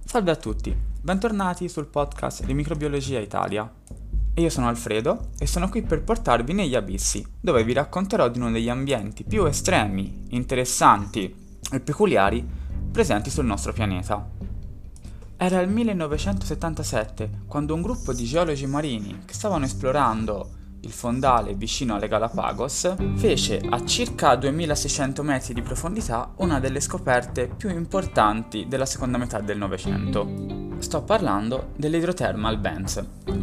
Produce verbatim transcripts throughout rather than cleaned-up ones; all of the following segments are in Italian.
Salve a tutti, bentornati sul podcast di Microbiologia Italia. E io sono Alfredo e sono qui per portarvi negli abissi, dove vi racconterò di uno degli ambienti più estremi, interessanti e peculiari presenti sul nostro pianeta. Era il millenovecentosettantasette quando un gruppo di geologi marini che stavano esplorando il fondale vicino alle Galapagos fece a circa duemilaseicento metri di profondità una delle scoperte più importanti della seconda metà del Novecento. Sto parlando delle hydrothermal vents,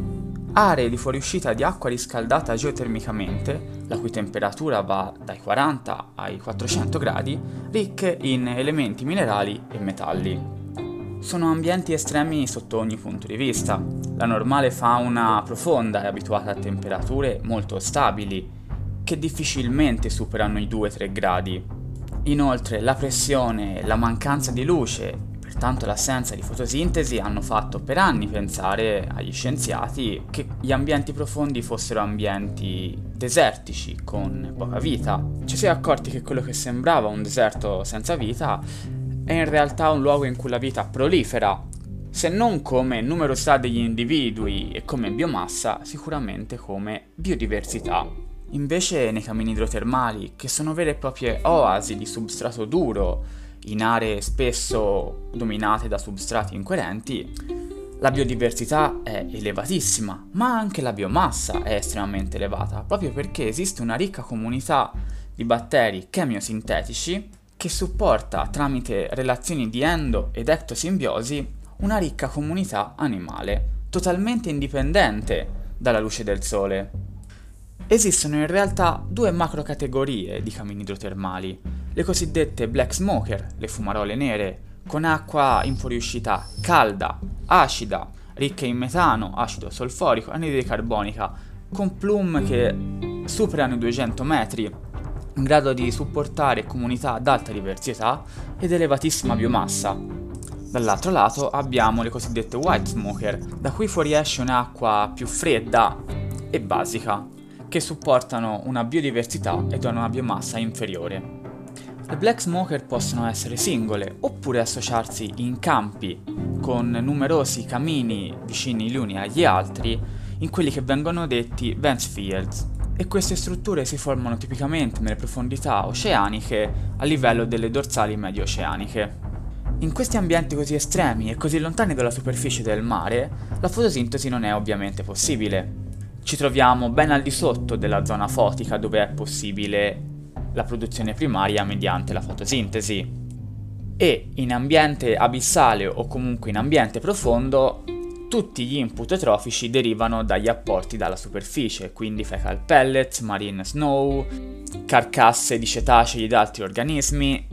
aree di fuoriuscita di acqua riscaldata geotermicamente, la cui temperatura va dai quaranta ai quattrocento gradi, ricche in elementi minerali e metalli. Sono ambienti estremi sotto ogni punto di vista. La normale fauna profonda è abituata a temperature molto stabili, che difficilmente superano i due tre gradi. Inoltre la pressione, la mancanza di luce, pertanto l'assenza di fotosintesi, hanno fatto per anni pensare agli scienziati che gli ambienti profondi fossero ambienti desertici, con poca vita. Ci si è accorti che quello che sembrava un deserto senza vita è in realtà un luogo in cui la vita prolifera, se non come numerosità degli individui e come biomassa, sicuramente come biodiversità. Invece nei camini idrotermali, che sono vere e proprie oasi di substrato duro, in aree spesso dominate da substrati incoerenti, la biodiversità è elevatissima, ma anche la biomassa è estremamente elevata, proprio perché esiste una ricca comunità di batteri chemiosintetici che supporta tramite relazioni di endo- ed ectosimbiosi una ricca comunità animale, totalmente indipendente dalla luce del sole. Esistono in realtà due macrocategorie di camini idrotermali, le cosiddette black smoker, le fumarole nere, con acqua in fuoriuscita calda, acida, ricca in metano, acido solforico, anidride carbonica, con plume che superano i duecento metri, in grado di supportare comunità ad alta diversità ed elevatissima biomassa. Dall'altro lato abbiamo le cosiddette white smoker, da cui fuoriesce un'acqua più fredda e basica, che supportano una biodiversità ed una biomassa inferiore. Le black smoker possono essere singole oppure associarsi in campi con numerosi camini vicini gli uni agli altri in quelli che vengono detti vents fields, e queste strutture si formano tipicamente nelle profondità oceaniche a livello delle dorsali medio-oceaniche. In questi ambienti così estremi e così lontani dalla superficie del mare, la fotosintesi non è ovviamente possibile. Ci troviamo ben al di sotto della zona fotica dove è possibile la produzione primaria mediante la fotosintesi. E in ambiente abissale o comunque in ambiente profondo, tutti gli input trofici derivano dagli apporti dalla superficie, quindi fecal pellets, marine snow, carcasse di cetacei ed altri organismi,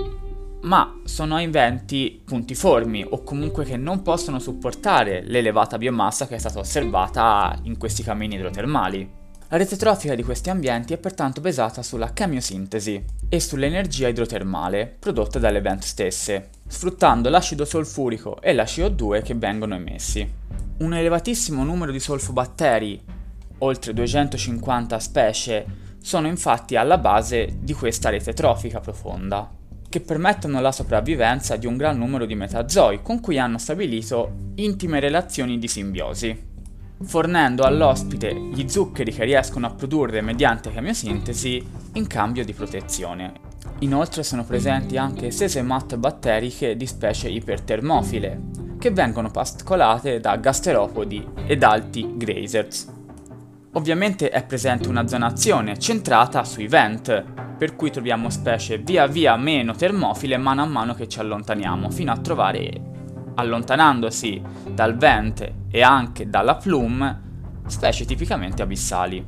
ma sono eventi puntiformi o comunque che non possono supportare l'elevata biomassa che è stata osservata in questi camini idrotermali. La rete trofica di questi ambienti è pertanto basata sulla chemiosintesi e sull'energia idrotermale prodotta dalle vent stesse, sfruttando l'acido solfurico e la C O due che vengono emessi. Un elevatissimo numero di solfobatteri, oltre duecentocinquanta specie, sono infatti alla base di questa rete trofica profonda, che permettono la sopravvivenza di un gran numero di metazoi con cui hanno stabilito intime relazioni di simbiosi, fornendo all'ospite gli zuccheri che riescono a produrre mediante chemiosintesi in cambio di protezione. Inoltre sono presenti anche sesemat batteriche di specie ipertermofile, che vengono pascolate da gasteropodi ed alti grazers. Ovviamente è presente una zonazione centrata sui vent, per cui troviamo specie via via meno termofile mano a mano che ci allontaniamo, fino a trovare, allontanandosi dal vent e anche dalla plume, specie tipicamente abissali.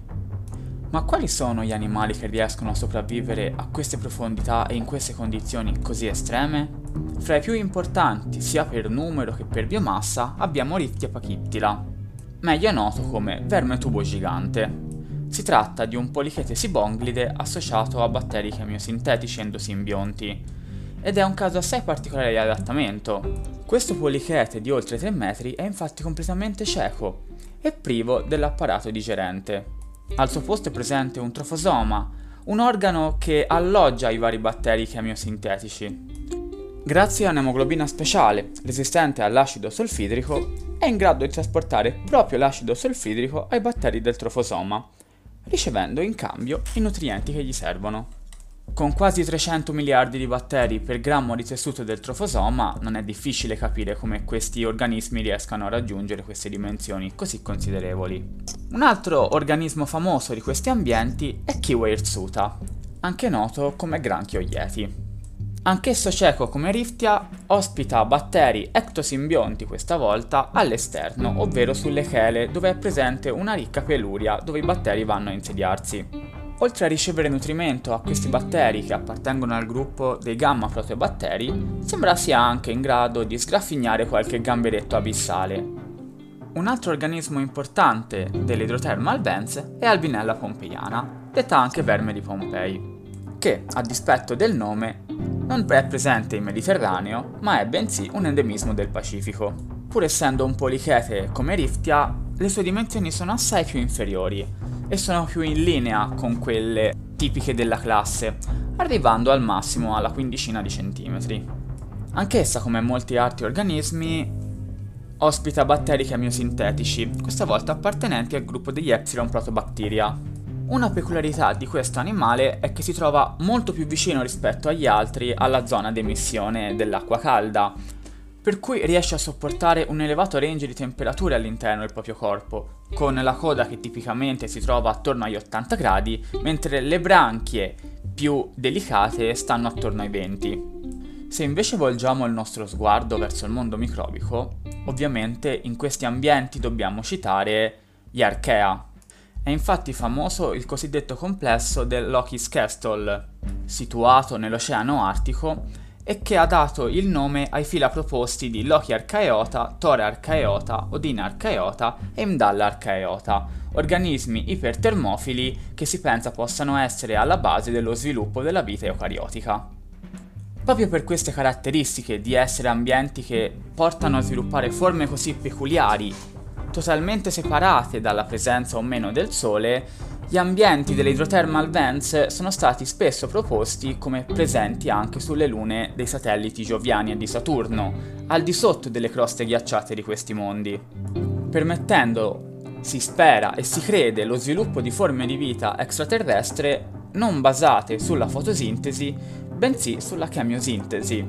Ma quali sono gli animali che riescono a sopravvivere a queste profondità e in queste condizioni così estreme? Fra i più importanti, sia per numero che per biomassa, abbiamo Rictia pachyptila, meglio noto come verme tubo gigante. Si tratta di un polichete sibonglide associato a batteri chemiosintetici endosimbionti, ed è un caso assai particolare di adattamento. Questo polichete di oltre tre metri è infatti completamente cieco e privo dell'apparato digerente. Al suo posto è presente un trofosoma, un organo che alloggia i vari batteri chemiosintetici. Grazie a un'emoglobina speciale, resistente all'acido solfidrico, è in grado di trasportare proprio l'acido solfidrico ai batteri del trofosoma, ricevendo in cambio i nutrienti che gli servono. Con quasi trecento miliardi di batteri per grammo di tessuto del trofosoma, non è difficile capire come questi organismi riescano a raggiungere queste dimensioni così considerevoli. Un altro organismo famoso di questi ambienti è Kiwa hirsuta, anche noto come granchio yeti. Anch'esso cieco come Riftia, ospita batteri ectosimbionti questa volta all'esterno, ovvero sulle chele, dove è presente una ricca peluria dove i batteri vanno a insediarsi. Oltre a ricevere nutrimento a questi batteri che appartengono al gruppo dei gamma proteobatteri, sembra sia anche in grado di sgraffignare qualche gamberetto abissale. Un altro organismo importante dell'hydrothermal vents è Albinella pompeiana, detta anche verme di Pompei, che, a dispetto del nome, non è presente in Mediterraneo, ma è bensì un endemismo del Pacifico. Pur essendo un polichete come Riftia, le sue dimensioni sono assai più inferiori e sono più in linea con quelle tipiche della classe, arrivando al massimo alla quindicina di centimetri. Anch'essa, come molti altri organismi, ospita batteri chemiosintetici, questa volta appartenenti al gruppo degli Epsilon Protobacteria. Una peculiarità di questo animale è che si trova molto più vicino rispetto agli altri alla zona di emissione dell'acqua calda, per cui riesce a sopportare un elevato range di temperature all'interno del proprio corpo, con la coda che tipicamente si trova attorno agli ottanta gradi, mentre le branchie più delicate stanno attorno ai venti. Se invece volgiamo il nostro sguardo verso il mondo microbico, ovviamente in questi ambienti dobbiamo citare gli archea. È infatti famoso il cosiddetto complesso del Loki's Castle, situato nell'Oceano Artico e che ha dato il nome ai fila proposti di Loki archaeota, Thora archaeota, Odina archaeota e Imdalla archaeota, organismi ipertermofili che si pensa possano essere alla base dello sviluppo della vita eucariotica. Proprio per queste caratteristiche di essere ambienti che portano a sviluppare forme così peculiari, totalmente separate dalla presenza o meno del Sole, gli ambienti delle hydrothermal vents sono stati spesso proposti come presenti anche sulle lune dei satelliti gioviani e di Saturno, al di sotto delle croste ghiacciate di questi mondi, permettendo, si spera e si crede, lo sviluppo di forme di vita extraterrestre non basate sulla fotosintesi, bensì sulla chemiosintesi.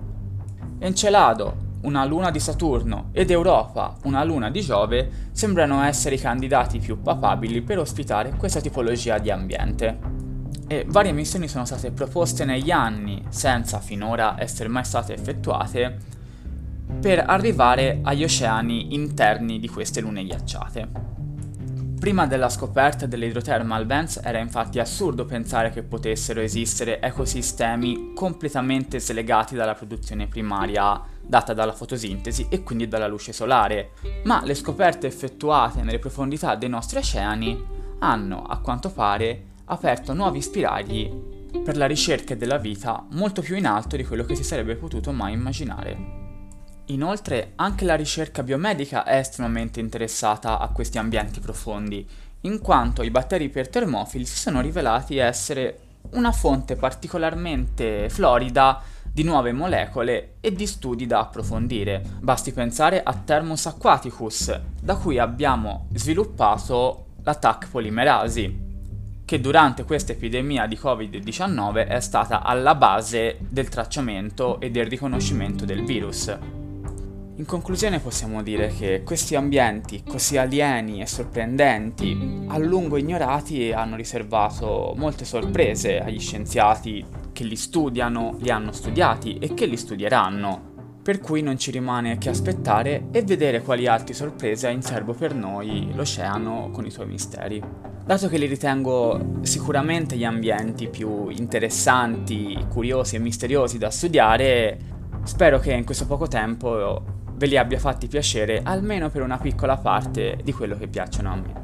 Encelado, una luna di Saturno, ed Europa, una luna di Giove, sembrano essere i candidati più papabili per ospitare questa tipologia di ambiente. E varie missioni sono state proposte negli anni, senza finora essere mai state effettuate, per arrivare agli oceani interni di queste lune ghiacciate. Prima della scoperta delle hydrothermal vents era infatti assurdo pensare che potessero esistere ecosistemi completamente slegati dalla produzione primaria data dalla fotosintesi e quindi dalla luce solare, ma le scoperte effettuate nelle profondità dei nostri oceani hanno, a quanto pare, aperto nuovi spiragli per la ricerca della vita molto più in alto di quello che si sarebbe potuto mai immaginare. Inoltre, anche la ricerca biomedica è estremamente interessata a questi ambienti profondi, in quanto i batteri ipertermofili si sono rivelati essere una fonte particolarmente florida di nuove molecole e di studi da approfondire. Basti pensare a Thermus aquaticus, da cui abbiamo sviluppato la Taq polimerasi, che durante questa epidemia di covid diciannove è stata alla base del tracciamento e del riconoscimento del virus. In conclusione possiamo dire che questi ambienti così alieni e sorprendenti, a lungo ignorati, hanno riservato molte sorprese agli scienziati che li studiano, li hanno studiati e che li studieranno, per cui non ci rimane che aspettare e vedere quali altre sorprese ha in serbo per noi l'oceano con i suoi misteri. Dato che li ritengo sicuramente gli ambienti più interessanti, curiosi e misteriosi da studiare, spero che in questo poco tempo ve li abbia fatti piacere almeno per una piccola parte di quello che piacciono a me.